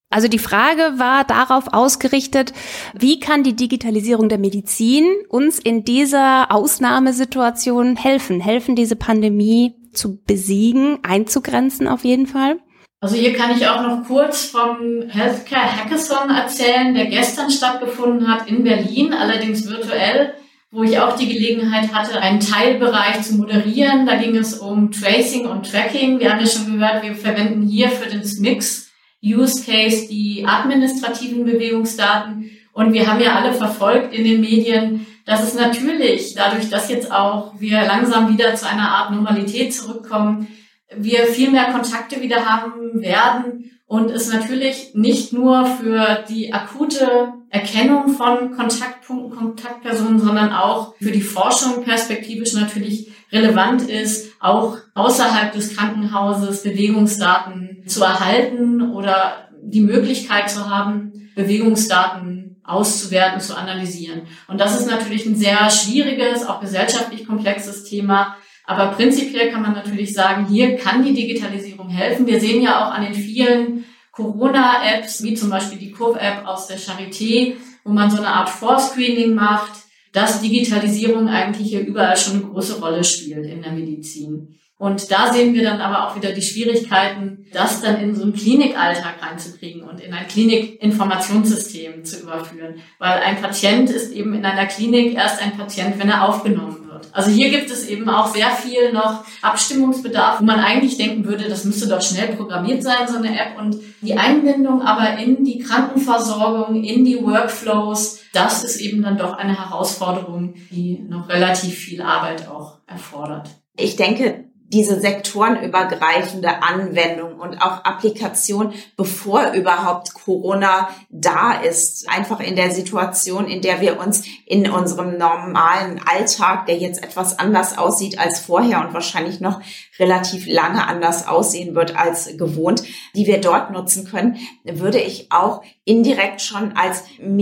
Also die Frage war darauf ausgerichtet, wie kann die Digitalisierung der Medizin uns in dieser Ausnahmesituation helfen, diese Pandemie zu besiegen, einzugrenzen auf jeden Fall? Also hier kann ich auch noch kurz vom Healthcare Hackathon erzählen, der gestern stattgefunden hat in Berlin, allerdings virtuell, wo ich auch die Gelegenheit hatte, einen Teilbereich zu moderieren. Da ging es um Tracing und Tracking. Wir haben ja schon gehört, wir verwenden hier für den SMICS Use Case die administrativen Bewegungsdaten. Und wir haben ja alle verfolgt in den Medien, dass es natürlich, dadurch, dass jetzt auch wir langsam wieder zu einer Art Normalität zurückkommen, wir viel mehr Kontakte wieder haben werden und es natürlich nicht nur für die akute Erkennung von Kontaktpunkten, Kontaktpersonen, sondern auch für die Forschung perspektivisch natürlich relevant ist, auch außerhalb des Krankenhauses Bewegungsdaten zu erhalten oder die Möglichkeit zu haben, Bewegungsdaten auszuwerten, zu analysieren. Und das ist natürlich ein sehr schwieriges, auch gesellschaftlich komplexes Thema. Aber prinzipiell kann man natürlich sagen, hier kann die Digitalisierung helfen. Wir sehen ja auch an den vielen Corona-Apps, wie zum Beispiel die Cov-App aus der Charité, wo man so eine Art Vorscreening macht, dass Digitalisierung eigentlich hier überall schon eine große Rolle spielt in der Medizin. Und da sehen wir dann aber auch wieder die Schwierigkeiten, das dann in so einen Klinikalltag reinzukriegen und in ein Klinikinformationssystem zu überführen. Weil ein Patient ist eben in einer Klinik erst ein Patient, wenn er aufgenommen wird. Also hier gibt es eben auch sehr viel noch Abstimmungsbedarf, wo man eigentlich denken würde, das müsste doch schnell programmiert sein, so eine App. Und die Einbindung aber in die Krankenversorgung, in die Workflows, das ist eben dann doch eine Herausforderung, die noch relativ viel Arbeit auch erfordert. Ich denke, diese sektorenübergreifende Anwendung und auch Applikation, bevor überhaupt Corona da ist, einfach in der Situation, in der wir uns in unserem normalen Alltag, der jetzt etwas anders aussieht als vorher und wahrscheinlich noch relativ lange anders aussehen wird als gewohnt, die wir dort nutzen können, würde ich auch indirekt schon als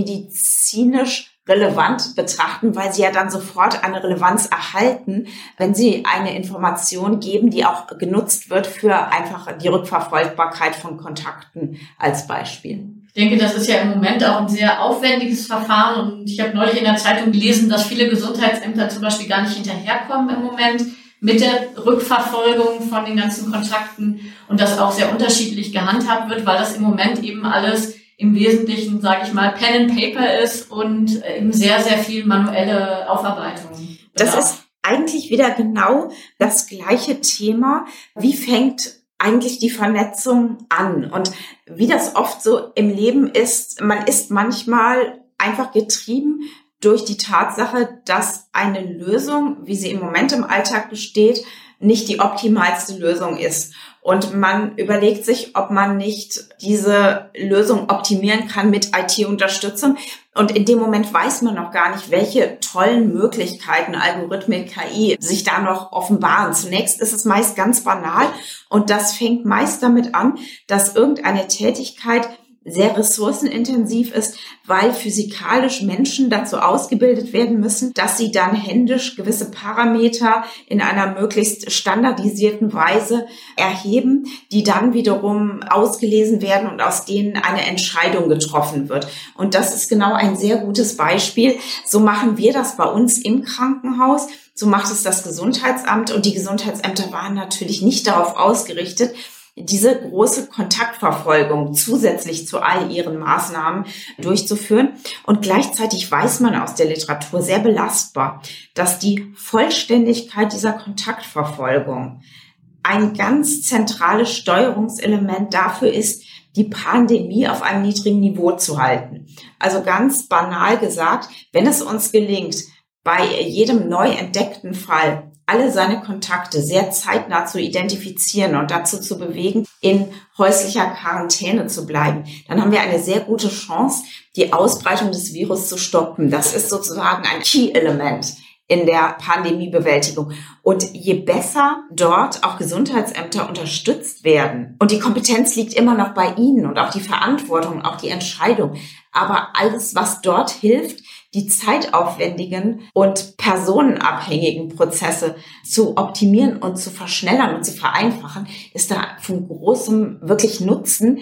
medizinisch relevant betrachten, weil sie ja dann sofort eine Relevanz erhalten, wenn sie eine Information geben, die auch genutzt wird für einfach die Rückverfolgbarkeit von Kontakten als Beispiel. Ich denke, das ist ja im Moment auch ein sehr aufwendiges Verfahren und ich habe neulich in der Zeitung gelesen, dass viele Gesundheitsämter zum Beispiel gar nicht hinterherkommen im Moment mit der Rückverfolgung von den ganzen Kontakten und das auch sehr unterschiedlich gehandhabt wird, weil das im Moment eben alles im Wesentlichen, sage ich mal, Pen and Paper ist und eben sehr, sehr viel manuelle Aufarbeitung. Das ist eigentlich wieder genau das gleiche Thema. Wie fängt eigentlich die Vernetzung an? Und wie das oft so im Leben ist, man ist manchmal einfach getrieben durch die Tatsache, dass eine Lösung, wie sie im Moment im Alltag besteht, nicht die optimalste Lösung ist. Und man überlegt sich, ob man nicht diese Lösung optimieren kann mit IT-Unterstützung. Und in dem Moment weiß man noch gar nicht, welche tollen Möglichkeiten Algorithmik, KI sich da noch offenbaren. Zunächst ist es meist ganz banal und das fängt meist damit an, dass irgendeine Tätigkeit sehr ressourcenintensiv ist, weil physikalisch Menschen dazu ausgebildet werden müssen, dass sie dann händisch gewisse Parameter in einer möglichst standardisierten Weise erheben, die dann wiederum ausgelesen werden und aus denen eine Entscheidung getroffen wird. Und das ist genau ein sehr gutes Beispiel. So machen wir das bei uns im Krankenhaus. So macht es das Gesundheitsamt und die Gesundheitsämter waren natürlich nicht darauf ausgerichtet, diese große Kontaktverfolgung zusätzlich zu all ihren Maßnahmen durchzuführen. Und gleichzeitig weiß man aus der Literatur sehr belastbar, dass die Vollständigkeit dieser Kontaktverfolgung ein ganz zentrales Steuerungselement dafür ist, die Pandemie auf einem niedrigen Niveau zu halten. Also ganz banal gesagt, wenn es uns gelingt, bei jedem neu entdeckten Fall alle seine Kontakte sehr zeitnah zu identifizieren und dazu zu bewegen, in häuslicher Quarantäne zu bleiben, dann haben wir eine sehr gute Chance, die Ausbreitung des Virus zu stoppen. Das ist sozusagen ein Key-Element in der Pandemiebewältigung. Und je besser dort auch Gesundheitsämter unterstützt werden, und die Kompetenz liegt immer noch bei ihnen und auch die Verantwortung, auch die Entscheidung, aber alles, was dort hilft, die zeitaufwendigen und personenabhängigen Prozesse zu optimieren und zu verschnellern und zu vereinfachen, ist da von großem wirklich Nutzen,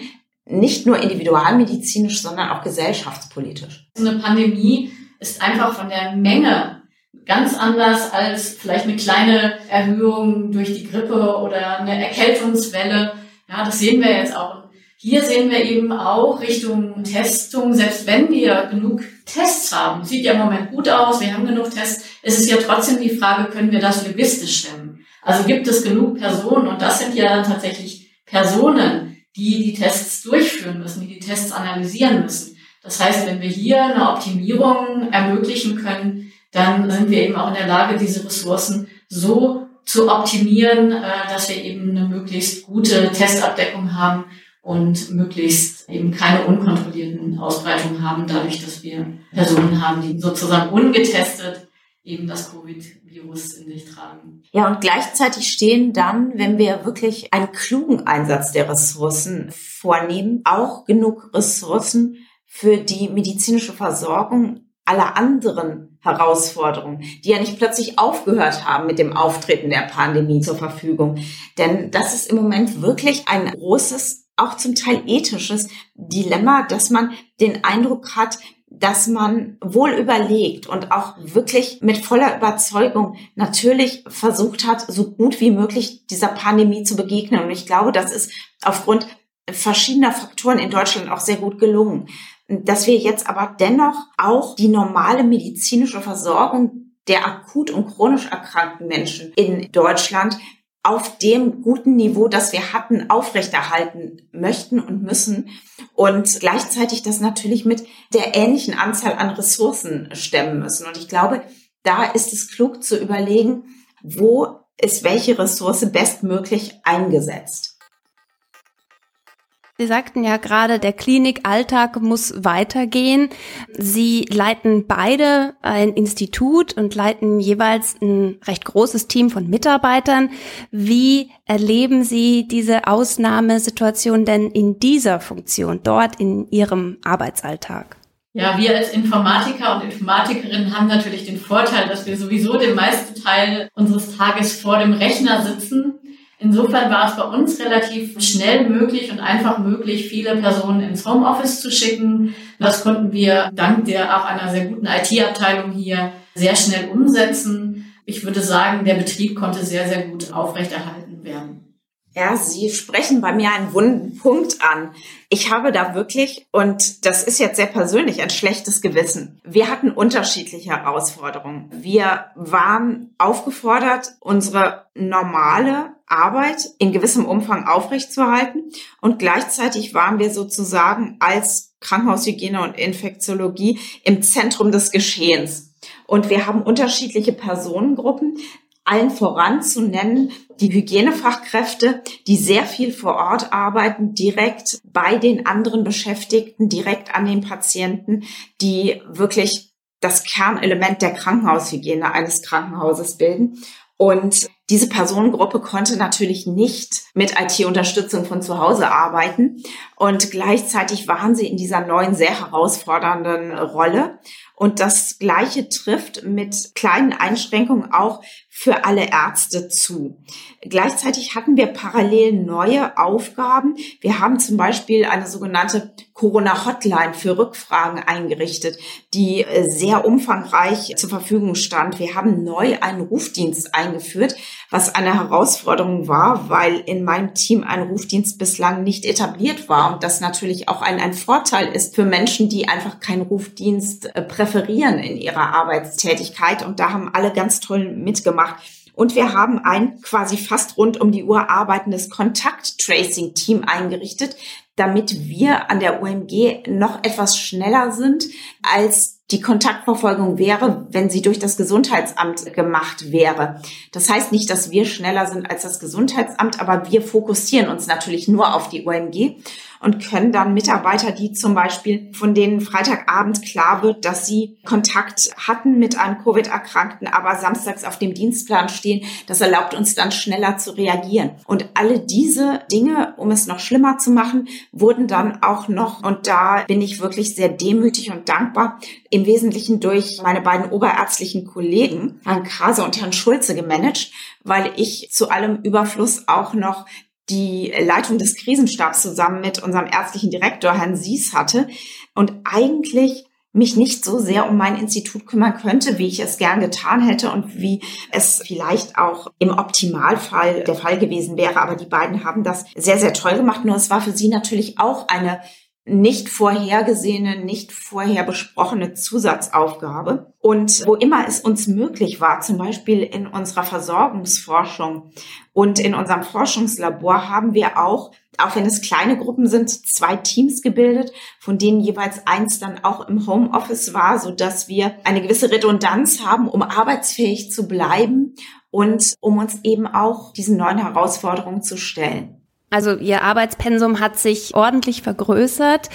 nicht nur individualmedizinisch, sondern auch gesellschaftspolitisch. Eine Pandemie ist einfach von der Menge ganz anders als vielleicht eine kleine Erhöhung durch die Grippe oder eine Erkältungswelle. Ja, das sehen wir jetzt auch. Hier sehen wir eben auch Richtung Testung, selbst wenn wir genug Tests haben. Sieht ja im Moment gut aus, wir haben genug Tests. Es ist ja trotzdem die Frage, können wir das logistisch stemmen? Also gibt es genug Personen, und das sind ja tatsächlich Personen, die Tests durchführen müssen, die Tests analysieren müssen. Das heißt, wenn wir hier eine Optimierung ermöglichen können, dann sind wir eben auch in der Lage, diese Ressourcen so zu optimieren, dass wir eben eine möglichst gute Testabdeckung haben und möglichst eben keine unkontrollierten Ausbreitungen haben, dadurch, dass wir Personen haben, die sozusagen ungetestet eben das Covid-Virus in sich tragen. Ja, und gleichzeitig stehen dann, wenn wir wirklich einen klugen Einsatz der Ressourcen vornehmen, auch genug Ressourcen für die medizinische Versorgung aller anderen Herausforderungen, die ja nicht plötzlich aufgehört haben mit dem Auftreten der Pandemie, zur Verfügung. Denn das ist im Moment wirklich ein großes, auch zum Teil ethisches Dilemma, dass man den Eindruck hat, dass man wohl überlegt und auch wirklich mit voller Überzeugung natürlich versucht hat, so gut wie möglich dieser Pandemie zu begegnen. Und ich glaube, das ist aufgrund verschiedener Faktoren in Deutschland auch sehr gut gelungen. Dass wir jetzt aber dennoch auch die normale medizinische Versorgung der akut und chronisch erkrankten Menschen in Deutschland auf dem guten Niveau, das wir hatten, aufrechterhalten möchten und müssen und gleichzeitig das natürlich mit der ähnlichen Anzahl an Ressourcen stemmen müssen. Und ich glaube, da ist es klug zu überlegen, wo ist welche Ressource bestmöglich eingesetzt. Sie sagten ja gerade, der Klinikalltag muss weitergehen. Sie leiten beide ein Institut und leiten jeweils ein recht großes Team von Mitarbeitern. Wie erleben Sie diese Ausnahmesituation denn in dieser Funktion, dort in Ihrem Arbeitsalltag? Ja, wir als Informatiker und Informatikerinnen haben natürlich den Vorteil, dass wir sowieso den meisten Teil unseres Tages vor dem Rechner sitzen. Insofern war es bei uns relativ schnell möglich und einfach möglich, viele Personen ins Homeoffice zu schicken. Das konnten wir dank der auch einer sehr guten IT-Abteilung hier sehr schnell umsetzen. Ich würde sagen, der Betrieb konnte sehr, sehr gut aufrechterhalten werden. Ja, Sie sprechen bei mir einen wunden Punkt an. Ich habe da wirklich, und das ist jetzt sehr persönlich, ein schlechtes Gewissen. Wir hatten unterschiedliche Herausforderungen. Wir waren aufgefordert, unsere normale Arbeit in gewissem Umfang aufrechtzuerhalten, und gleichzeitig waren wir sozusagen als Krankenhaushygiene und Infektiologie im Zentrum des Geschehens. Und wir haben unterschiedliche Personengruppen, allen voran zu nennen die Hygienefachkräfte, die sehr viel vor Ort arbeiten, direkt bei den anderen Beschäftigten, direkt an den Patienten, die wirklich das Kernelement der Krankenhaushygiene eines Krankenhauses bilden. Und diese Personengruppe konnte natürlich nicht mit IT-Unterstützung von zu Hause arbeiten. Und gleichzeitig waren sie in dieser neuen, sehr herausfordernden Rolle. Und das Gleiche trifft mit kleinen Einschränkungen auch für alle Ärzte zu. Gleichzeitig hatten wir parallel neue Aufgaben. Wir haben zum Beispiel eine sogenannte Corona-Hotline für Rückfragen eingerichtet, die sehr umfangreich zur Verfügung stand. Wir haben neu einen Rufdienst eingeführt, was eine Herausforderung war, weil in meinem Team ein Rufdienst bislang nicht etabliert war und das natürlich auch ein Vorteil ist für Menschen, die einfach keinen Rufdienst präferieren in ihrer Arbeitstätigkeit, und da haben alle ganz toll mitgemacht. Und wir haben ein quasi fast rund um die Uhr arbeitendes Kontakt-Tracing-Team eingerichtet, damit wir an der UMG noch etwas schneller sind, als die Kontaktverfolgung wäre, wenn sie durch das Gesundheitsamt gemacht wäre. Das heißt nicht, dass wir schneller sind als das Gesundheitsamt, aber wir fokussieren uns natürlich nur auf die UMG und können dann Mitarbeiter, die zum Beispiel, von denen Freitagabend klar wird, dass sie Kontakt hatten mit einem Covid-Erkrankten, aber samstags auf dem Dienstplan stehen, das erlaubt uns dann schneller zu reagieren. Und alle diese Dinge, um es noch schlimmer zu machen, wurden dann auch noch, und da bin ich wirklich sehr demütig und dankbar, im Wesentlichen durch meine beiden oberärztlichen Kollegen, Herrn Krase und Herrn Schulze, gemanagt, weil ich zu allem Überfluss auch noch die Leitung des Krisenstabs zusammen mit unserem ärztlichen Direktor, Herrn Sies, hatte und eigentlich mich nicht so sehr um mein Institut kümmern könnte, wie ich es gern getan hätte und wie es vielleicht auch im Optimalfall der Fall gewesen wäre. Aber die beiden haben das sehr, sehr toll gemacht. Nur es war für sie natürlich auch eine nicht vorhergesehene, nicht vorher besprochene Zusatzaufgabe. Und wo immer es uns möglich war, zum Beispiel in unserer Versorgungsforschung und in unserem Forschungslabor, haben wir auch wenn es kleine Gruppen sind, 2 Teams gebildet, von denen jeweils eins dann auch im Homeoffice war, sodass wir eine gewisse Redundanz haben, um arbeitsfähig zu bleiben und um uns eben auch diesen neuen Herausforderungen zu stellen. Also Ihr Arbeitspensum hat sich ordentlich vergrößert.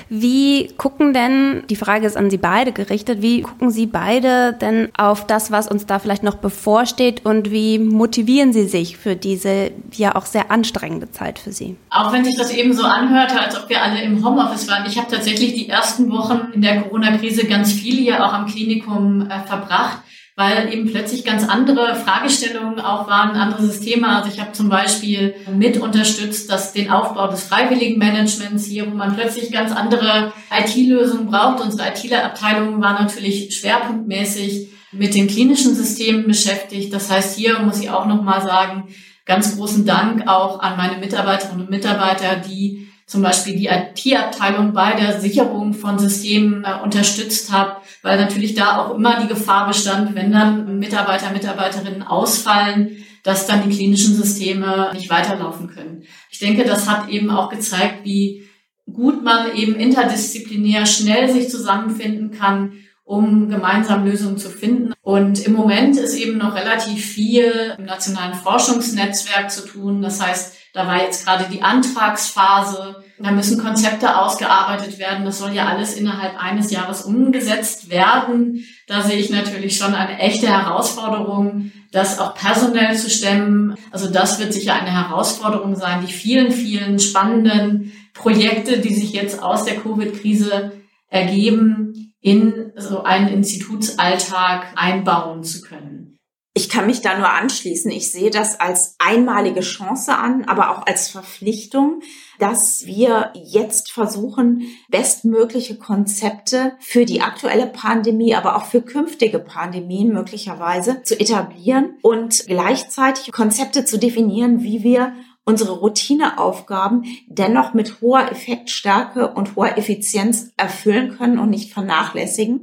Wie gucken denn, die Frage ist an Sie beide gerichtet, wie gucken Sie beide denn auf das, was uns da vielleicht noch bevorsteht und wie motivieren Sie sich für diese ja auch sehr anstrengende Zeit für Sie? Auch wenn sich das eben so anhörte, als ob wir alle im Homeoffice waren. Ich habe tatsächlich die ersten Wochen in der Corona-Krise ganz viel hier auch am Klinikum verbracht, weil eben plötzlich ganz andere Fragestellungen auch waren, andere Systeme. Also ich habe zum Beispiel mit unterstützt, dass den Aufbau des Freiwilligenmanagements hier, wo man plötzlich ganz andere IT-Lösungen braucht. Unsere IT-Abteilung war natürlich schwerpunktmäßig mit den klinischen Systemen beschäftigt. Das heißt, hier muss ich auch nochmal sagen, ganz großen Dank auch an meine Mitarbeiterinnen und Mitarbeiter, die zum Beispiel die IT-Abteilung bei der Sicherung von Systemen unterstützt hat, weil natürlich da auch immer die Gefahr bestand, wenn dann Mitarbeiter, Mitarbeiterinnen ausfallen, dass dann die klinischen Systeme nicht weiterlaufen können. Ich denke, das hat eben auch gezeigt, wie gut man eben interdisziplinär schnell sich zusammenfinden kann, um gemeinsam Lösungen zu finden. Und im Moment ist eben noch relativ viel im nationalen Forschungsnetzwerk zu tun. Das heißt, da war jetzt gerade die Antragsphase. Da müssen Konzepte ausgearbeitet werden. Das soll ja alles innerhalb eines Jahres umgesetzt werden. Da sehe ich natürlich schon eine echte Herausforderung, das auch personell zu stemmen. Also das wird sicher eine Herausforderung sein, die vielen, vielen spannenden Projekte, die sich jetzt aus der Covid-Krise ergeben, in so einen Institutsalltag einbauen zu können. Ich kann mich da nur anschließen. Ich sehe das als einmalige Chance an, aber auch als Verpflichtung, dass wir jetzt versuchen, bestmögliche Konzepte für die aktuelle Pandemie, aber auch für künftige Pandemien möglicherweise zu etablieren und gleichzeitig Konzepte zu definieren, wie wir unsere Routineaufgaben dennoch mit hoher Effektstärke und hoher Effizienz erfüllen können und nicht vernachlässigen.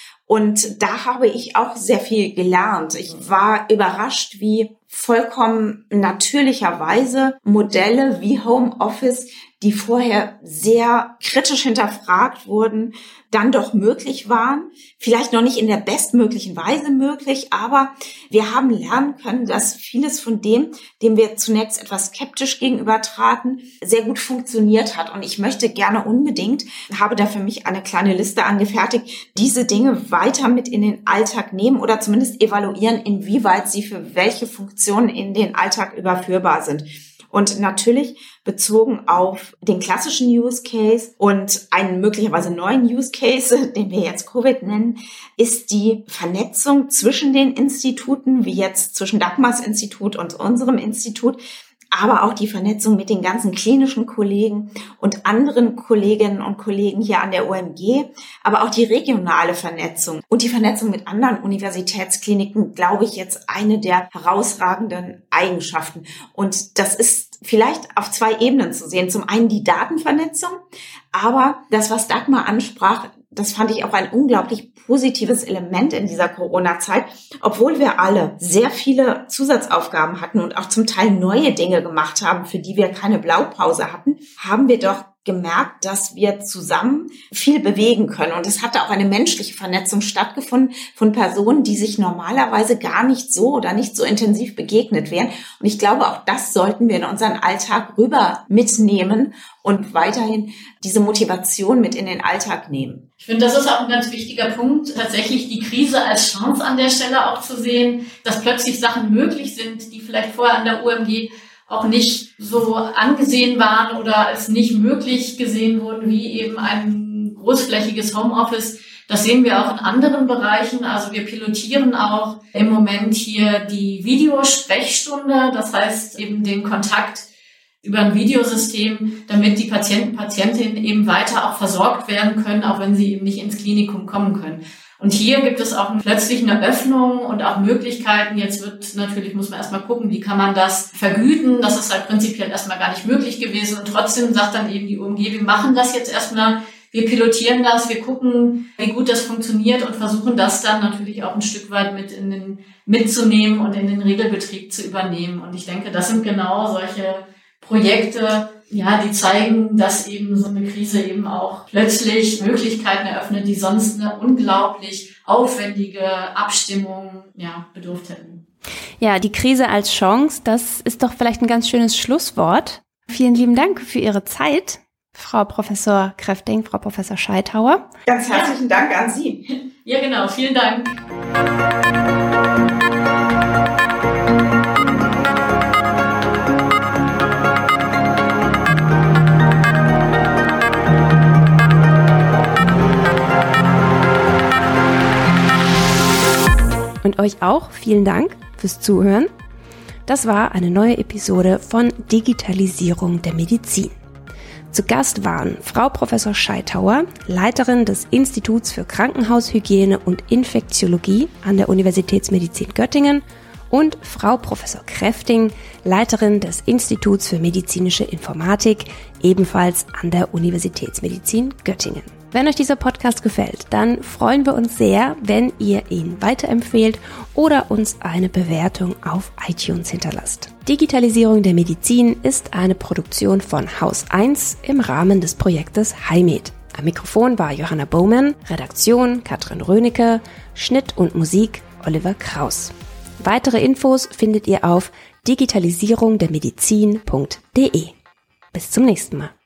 Und da habe ich auch sehr viel gelernt. Ich war überrascht, wie vollkommen natürlicherweise Modelle wie Homeoffice, die vorher sehr kritisch hinterfragt wurden, dann doch möglich waren. Vielleicht noch nicht in der bestmöglichen Weise möglich, aber wir haben lernen können, dass vieles von dem wir zunächst etwas skeptisch gegenüber traten, sehr gut funktioniert hat. Und ich möchte gerne unbedingt, habe da für mich eine kleine Liste angefertigt, diese Dinge weiter mit in den Alltag nehmen oder zumindest evaluieren, inwieweit sie für welche Funktionen in den Alltag überführbar sind. Und natürlich bezogen auf den klassischen Use Case und einen möglicherweise neuen Use Case, den wir jetzt Covid nennen, ist die Vernetzung zwischen den Instituten, wie jetzt zwischen Dagmars Institut und unserem Institut, aber auch die Vernetzung mit den ganzen klinischen Kollegen und anderen Kolleginnen und Kollegen hier an der OMG, aber auch die regionale Vernetzung und die Vernetzung mit anderen Universitätskliniken, glaube ich, jetzt eine der herausragenden Eigenschaften. Und das ist vielleicht auf 2 Ebenen zu sehen. Zum einen die Datenvernetzung, aber das, was Dagmar ansprach, das fand ich auch ein unglaublich positives Element in dieser Corona-Zeit. Obwohl wir alle sehr viele Zusatzaufgaben hatten und auch zum Teil neue Dinge gemacht haben, für die wir keine Blaupause hatten, haben wir doch gemerkt, dass wir zusammen viel bewegen können. Und es hatte auch eine menschliche Vernetzung stattgefunden von Personen, die sich normalerweise gar nicht so oder nicht so intensiv begegnet wären. Und ich glaube, auch das sollten wir in unseren Alltag rüber mitnehmen und weiterhin diese Motivation mit in den Alltag nehmen. Ich finde, das ist auch ein ganz wichtiger Punkt, tatsächlich die Krise als Chance an der Stelle auch zu sehen, dass plötzlich Sachen möglich sind, die vielleicht vorher an der UMG auch nicht so angesehen waren oder als nicht möglich gesehen wurden, wie eben ein großflächiges Homeoffice. Das sehen wir auch in anderen Bereichen. Also wir pilotieren auch im Moment hier die Videosprechstunde, das heißt eben den Kontakt über ein Videosystem, damit die Patienten, Patientinnen eben weiter auch versorgt werden können, auch wenn sie eben nicht ins Klinikum kommen können. Und hier gibt es auch plötzlich eine Öffnung und auch Möglichkeiten. Jetzt muss man erstmal gucken, wie kann man das vergüten. Das ist halt prinzipiell erstmal gar nicht möglich gewesen. Und trotzdem sagt dann eben die UMG, wir machen das jetzt erstmal, wir pilotieren das, wir gucken, wie gut das funktioniert und versuchen das dann natürlich auch ein Stück weit mitzunehmen und in den Regelbetrieb zu übernehmen. Und ich denke, das sind genau solche Projekte, ja, die zeigen, dass eben so eine Krise eben auch plötzlich Möglichkeiten eröffnet, die sonst eine unglaublich aufwendige Abstimmung, bedurft hätten. Ja, die Krise als Chance, das ist doch vielleicht ein ganz schönes Schlusswort. Vielen lieben Dank für Ihre Zeit, Frau Professor Kräfting, Frau Professor Scheithauer. Ganz herzlichen Dank an Sie. Ja, genau. Vielen Dank. Und euch auch vielen Dank fürs Zuhören. Das war eine neue Episode von Digitalisierung der Medizin. Zu Gast waren Frau Professor Scheithauer, Leiterin des Instituts für Krankenhaushygiene und Infektiologie an der Universitätsmedizin Göttingen, und Frau Professor Kräfting, Leiterin des Instituts für medizinische Informatik, ebenfalls an der Universitätsmedizin Göttingen. Wenn euch dieser Podcast gefällt, dann freuen wir uns sehr, wenn ihr ihn weiterempfehlt oder uns eine Bewertung auf iTunes hinterlasst. Digitalisierung der Medizin ist eine Produktion von Haus 1 im Rahmen des Projektes HiMed. Am Mikrofon war Johanna Bowman, Redaktion Katrin Rönecke, Schnitt und Musik Oliver Kraus. Weitere Infos findet ihr auf digitalisierungdermedizin.de. Bis zum nächsten Mal.